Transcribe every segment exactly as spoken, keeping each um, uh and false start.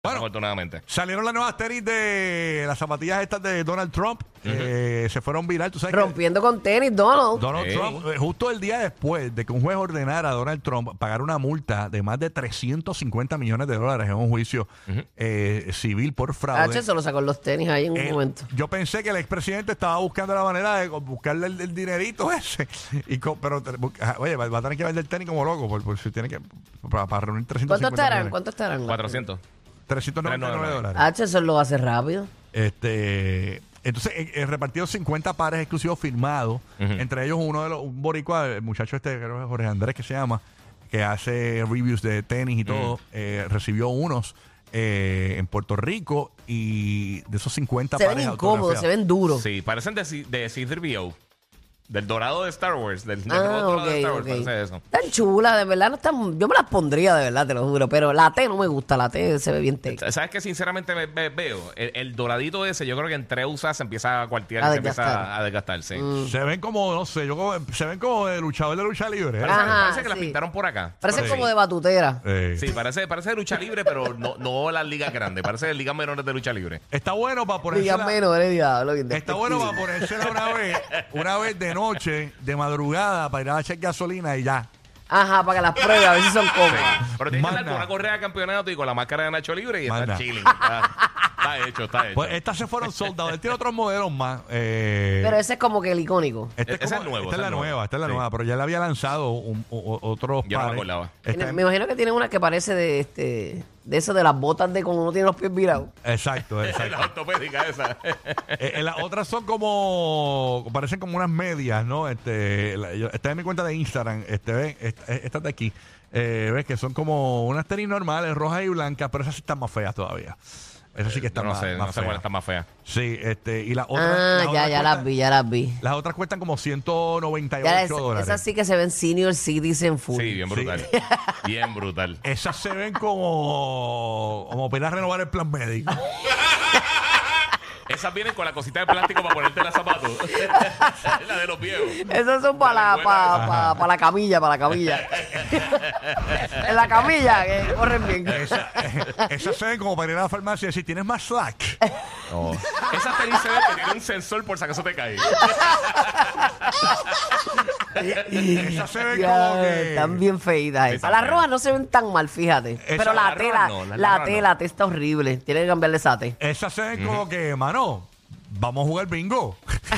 Bueno, afortunadamente. Salieron las nuevas tenis de las zapatillas estas de Donald Trump. Uh-huh. eh, se fueron viral. ¿Tú sabes Rompiendo que con tenis, Donald. Donald hey. Trump, eh, justo el día después de que un juez ordenara a Donald Trump pagar una multa de más de trescientos cincuenta millones de dólares en un juicio uh-huh. eh, civil por fraude. H se lo sacó en los tenis ahí en un eh, momento. Yo pensé que el expresidente estaba buscando la manera de buscarle el, el dinerito ese. Y co, pero, oye, va, va a tener que vender tenis como loco por, por si tiene que para, para reunir trescientos cincuenta ¿Cuánto estarán? millones. ¿Cuánto estarán? cuatrocientos. trescientos noventa y nueve dólares. H, eso lo hace rápido. Este, entonces, eh, eh, repartido cincuenta pares exclusivos firmados. Uh-huh. Entre ellos uno de los, un boricua, el muchacho este, creo que es Jorge Andrés, que se llama, que hace reviews de tenis y todo, uh-huh. eh, recibió unos eh, en Puerto Rico y de esos cincuenta se pares ven incómodos, se ven duros. Sí, parecen de, de C tres P O. Del dorado de Star Wars, del, del ah, dorado okay, de Star Wars, okay. parece eso. Están chulas, de verdad, no están, yo me las pondría de verdad, te lo juro, pero la T no me gusta, la T se ve bien teca. ¿Sabes qué? Sinceramente me, me veo, el, el doradito ese, yo creo que entre usas se empieza a cuartear, a se empieza a desgastarse. Mm. Se ven como, no sé, yo como, se ven como de luchador de lucha libre. ¿eh? Parece, Ajá, parece que sí. las pintaron por acá. Parece sí. como de batutera. Sí, sí parece, parece de lucha libre, pero no, no las ligas grandes, parece de ligas menores de lucha libre. Está bueno para ponerse. Ligas menores, diablo. Está bueno para ponérsela una vez, una vez de noche, de madrugada, para ir a echar gasolina y ya. Ajá, para que las pruebe, a ver si son cómodas. Sí. Pero tienes que andar con una correa de campeonato y con la máscara de Nacho Libre y Manda. está chilling. Está, está hecho, está hecho. Pues estas se fueron soldados. Él tiene otros modelos más. Eh, pero ese es como que el icónico. Este es, como, ese es nuevo. Esta es la nuevo. nueva, esta es la sí. nueva. Pero ya le había lanzado un, un, otros Yo pares. no me acordaba. Este, me imagino que tiene una que parece de este de eso de las botas de cuando uno tiene los pies virados. Exacto, exacto. La ortopédica esa. eh, las otras son como, parecen como unas medias, ¿no? Este, la, yo, esta es mi cuenta de Instagram, este, ven, esta, esta de aquí, eh, ves que son como unas tenis normales, rojas y blancas, pero esas sí están más feas todavía. Esas sí que están no más, sé, más no sé cuál está más fea. Sí, este, y las otras. Ah, las ya, otras ya cuestan, las vi, ya las vi. Las otras cuestan como ciento noventa y ocho Ya es, dólares. esas sí que se ven senior citizen full. Sí, bien brutal. Sí. Bien brutal. Esas se ven como, como para renovar el plan médico. Esas vienen con la cosita de plástico para ponerte los zapatos. La de los viejos. Esas son para la, pa, pa, pa la camilla, para la camilla. En la camilla, que corren bien. Esas esa se ven como para ir a la farmacia y decir, ¿tienes más slack? Oh. Esas tenis se ven que tienen un sensor por si acaso te cae. Esas se ven Ya, como que... están bien feitas. Están Las feas. rojas no se ven tan mal, fíjate. Esa- Pero la las tela, rojas no, las la rojas tela, no. la tela está horrible. Tiene que cambiarle esa T. Esas se ven como que, mano, vamos a jugar bingo.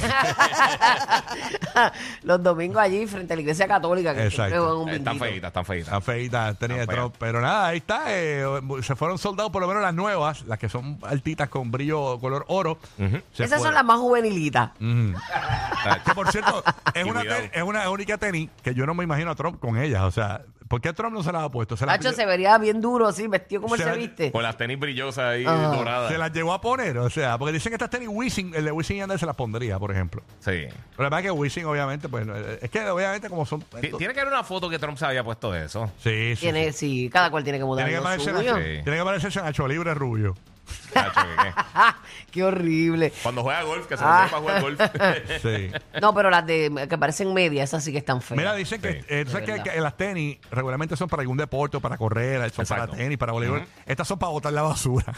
Los domingos allí frente a la iglesia católica. Que Exacto. siempre juegan un Están binguito. feitas, están feitas. Están feitas, tenía Están Trump. Pero nada, ahí está. eh, se fueron soldados por lo menos las nuevas, las que son altitas con brillo color oro. Uh-huh. Se Esas son fueron. las más juvenilitas. Ujú. Que por cierto, es Y una, cuidado. ten- es una única tenis que yo no me imagino a Trump con ellas. O sea, ¿por qué Trump no se las ha puesto? Se las, Nacho se vería bien duro, así, vestido como él Se se la- viste. Con las tenis brillosas ahí, Ah. doradas. se las llegó a poner. O sea, porque dicen que estas tenis Wisin, el de Wisin y Yandel se las pondría, por ejemplo. Sí. Pero la verdad es que Wisin, obviamente, pues, eh, es que obviamente como son... T- Tiene que haber una foto que Trump se había puesto de eso. Sí, sí. Tiene, sí. sí, cada cual tiene que mudar Tiene que lo parecer suyo. Sí. Tiene que parecerse a Nacho Libre rubio. Cacho, ¿qué, qué? Qué horrible. Cuando juega golf, que se lo Ah. lleva para jugar golf. Sí. No, pero las de que parecen medias, esas sí que están feas. Mira, dicen que, Sí, eh, tú sabes que, verdad. que las tenis regularmente son para algún deporte, o para correr, son Exacto. para tenis, para voleibol. Ujú. Estas son para botar la basura.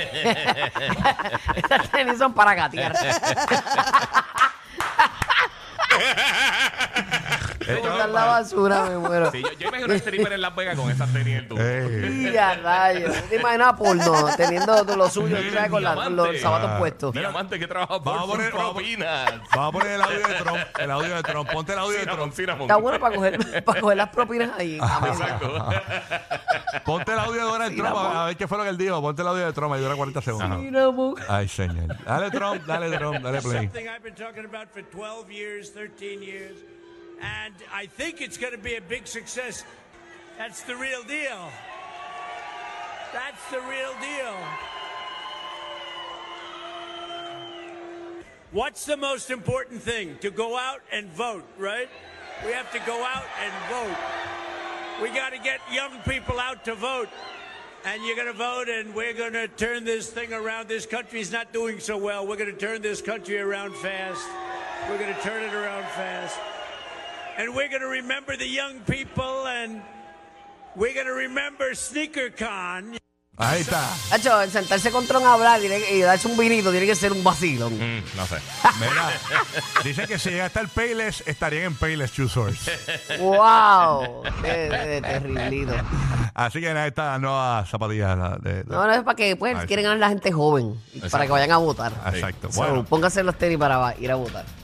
Estas tenis son para gatear. Botar la basura, me muero. Sí, yo, yo imagino un stripper en Las Vegas con esas tenis en el tubo. Eh, Mira, rayos. ¿Te imaginas porno teniendo todo lo suyo, tú sabes, con, la- con los Diamante. zapatos Ah. puestos? Diamante que trabaja por Vamos a sus poner- vamos a- propinas. Vamos a poner el audio de Trump. El audio de Trump. Ponte el audio de Cinnamon, Trump. cinnamon. Está bueno para coger, para coger las propinas ahí. Exacto. Ponte el audio de Donald Trump. A, a ver qué fue lo que él dijo. Ponte el audio de Trump. Ahí dura cuarenta segundos. Cinnamon. Ay, señor. Dale, Trump. Dale, Trump. Dale, play. Something I've been talking about for twelve years, thirteen years, and I think it's going to be a big success. That's the real deal. That's the real deal. What's the most important thing? To go out and vote, right? We have to go out and vote. We got to get young people out to vote. And you're going to vote, and we're going to turn this thing around. This country's not doing so well. We're going to turn this country around fast. We're going to turn it around fast. And we're going to remember the young people, and we're going to remember SneakerCon. Ahí está. Hacho, el sentarse con Tron a hablar tiene que- y darse un vinito tiene que ser un vacilón. Mm, no sé. Mira, dicen que si llega hasta el Payless, estarían en Payless Shoe Source. ¡Wow! Qué, qué terriblito. Así que nada, estas nuevas zapatillas la- de, de- No, no es para que pues Ahí quieren ganar la gente joven y para Exacto. que vayan a votar. Exacto. So, Bueno. pónganse los tenis para ir a votar.